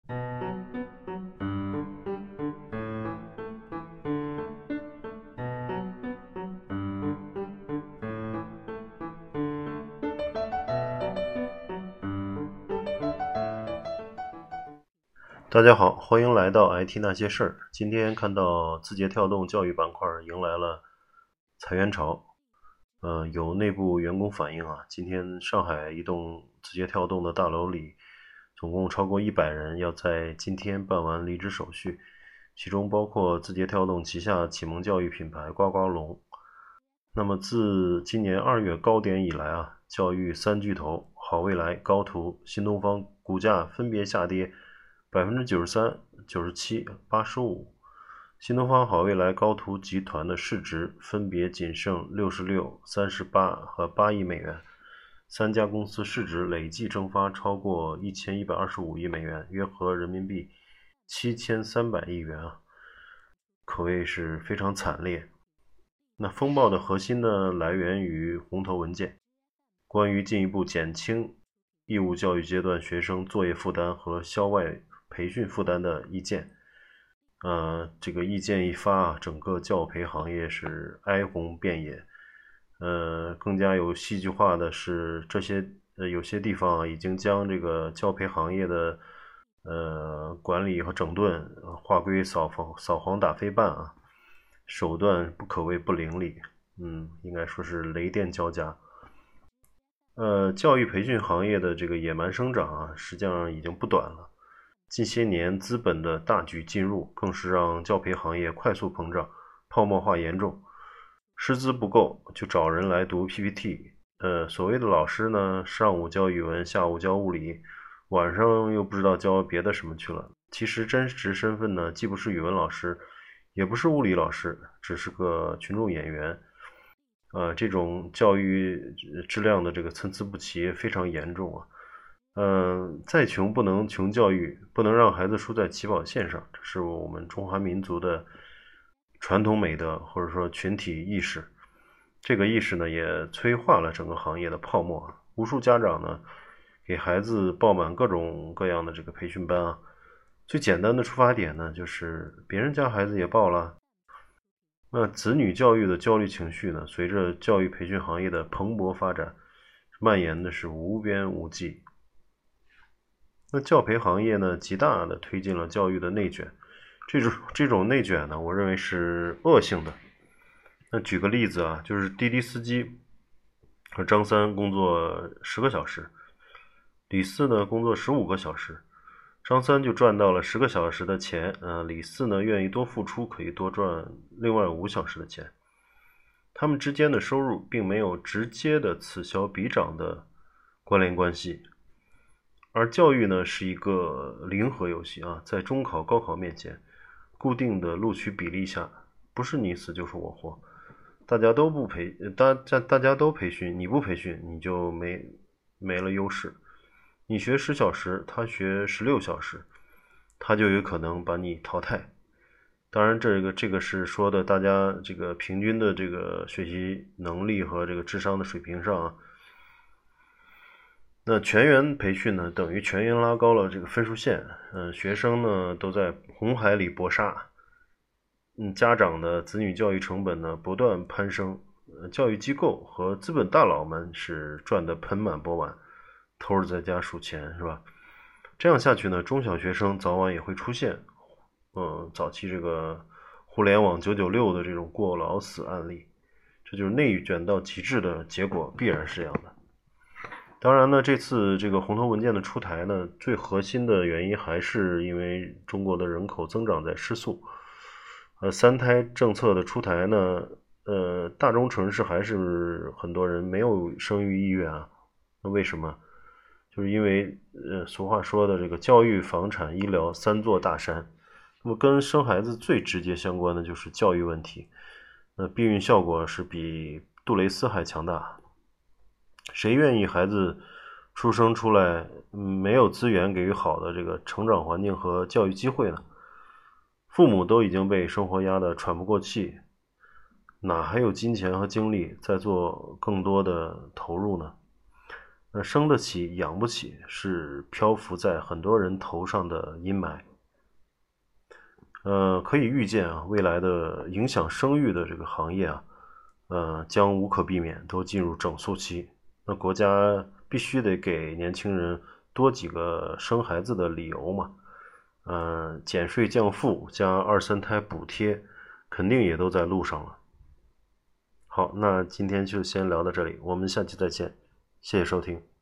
大家好，欢迎来到 IT 那些事儿。今天看到字节跳动教育板块迎来了裁员潮，有内部员工反映啊，今天上海一栋字节跳动的大楼里，总共超过100人要在今天办完离职手续，其中包括字节跳动旗下启蒙教育品牌呱呱龙。那么自今年2月高点以来啊，教育三巨头好未来、高途、新东方股价分别下跌93%、97%、85%。新东方、好未来、高途集团的市值分别仅剩66、38和8亿美元，三家公司市值累计蒸发超过1125亿美元，约合人民币7300亿元啊，可谓是非常惨烈。那风暴的核心呢，来源于红头文件，关于进一步减轻义务教育阶段学生作业负担和校外培训负担的意见。这个意见一发啊，整个教培行业是哀鸿遍野。更加有戏剧化的是，有些地方啊，已经将这个教培行业的管理和整顿划归扫黄打非办啊，手段不可谓不凌厉，应该说是雷电交加。教育培训行业的这个野蛮生长啊，实际上已经不短了。近些年资本的大举进入，更是让教培行业快速膨胀，泡沫化严重。师资不够，就找人来读 PPT。所谓的老师呢，上午教语文，下午教物理，晚上又不知道教别的什么去了。其实真实身份呢，既不是语文老师，也不是物理老师，只是个群众演员。这种教育质量的这个参差不齐非常严重啊。再穷不能穷教育，不能让孩子输在起跑线上，这是我们中华民族的传统美德，或者说群体意识。这个意识呢，也催化了整个行业的泡沫。无数家长呢，给孩子报满各种各样的这个培训班啊。最简单的出发点呢，就是别人家孩子也报了。那子女教育的焦虑情绪呢，随着教育培训行业的蓬勃发展，蔓延的是无边无际。那教培行业呢，极大的推进了教育的内卷，这种内卷呢，我认为是恶性的。那举个例子啊，就是滴滴司机和张三工作10个小时，李四呢工作15个小时，张三就赚到了10个小时的钱，李四呢愿意多付出，可以多赚另外5小时的钱。他们之间的收入并没有直接的此消彼长的关联关系。而教育呢，是一个零和游戏啊，在中考、高考面前，固定的录取比例下，不是你死就是我活，大家都培训，你不培训你就没了优势。你学10小时，他学16小时，他就有可能把你淘汰。当然，这个是说的大家这个平均的这个学习能力和这个智商的水平上啊。那全员培训呢，等于全员拉高了这个分数线，学生呢都在红海里搏杀，家长的子女教育成本呢不断攀升，教育机构和资本大佬们是赚得盆满钵满，偷着在家数钱是吧？这样下去呢，中小学生早晚也会出现，早期这个互联网996的这种过劳死案例，这就是内卷到极致的结果，必然是这样的。当然呢，这次这个红头文件的出台呢，最核心的原因还是因为中国的人口增长在失速。3胎政策的出台呢，大中城市还是很多人没有生育意愿啊。那为什么？就是因为俗话说的这个教育、房产、医疗3座大山，那么跟生孩子最直接相关的就是教育问题。那避孕效果是比杜蕾斯还强大。谁愿意孩子出生出来没有资源给予好的这个成长环境和教育机会呢？父母都已经被生活压得喘不过气，哪还有金钱和精力再做更多的投入呢？ 生得起养不起是漂浮在很多人头上的阴霾。可以预见啊，未来的影响生育的这个行业啊，将无可避免都进入整肃期。那国家必须得给年轻人多几个生孩子的理由嘛。减税降负加二三胎补贴，肯定也都在路上了。好，那今天就先聊到这里，我们下期再见，谢谢收听。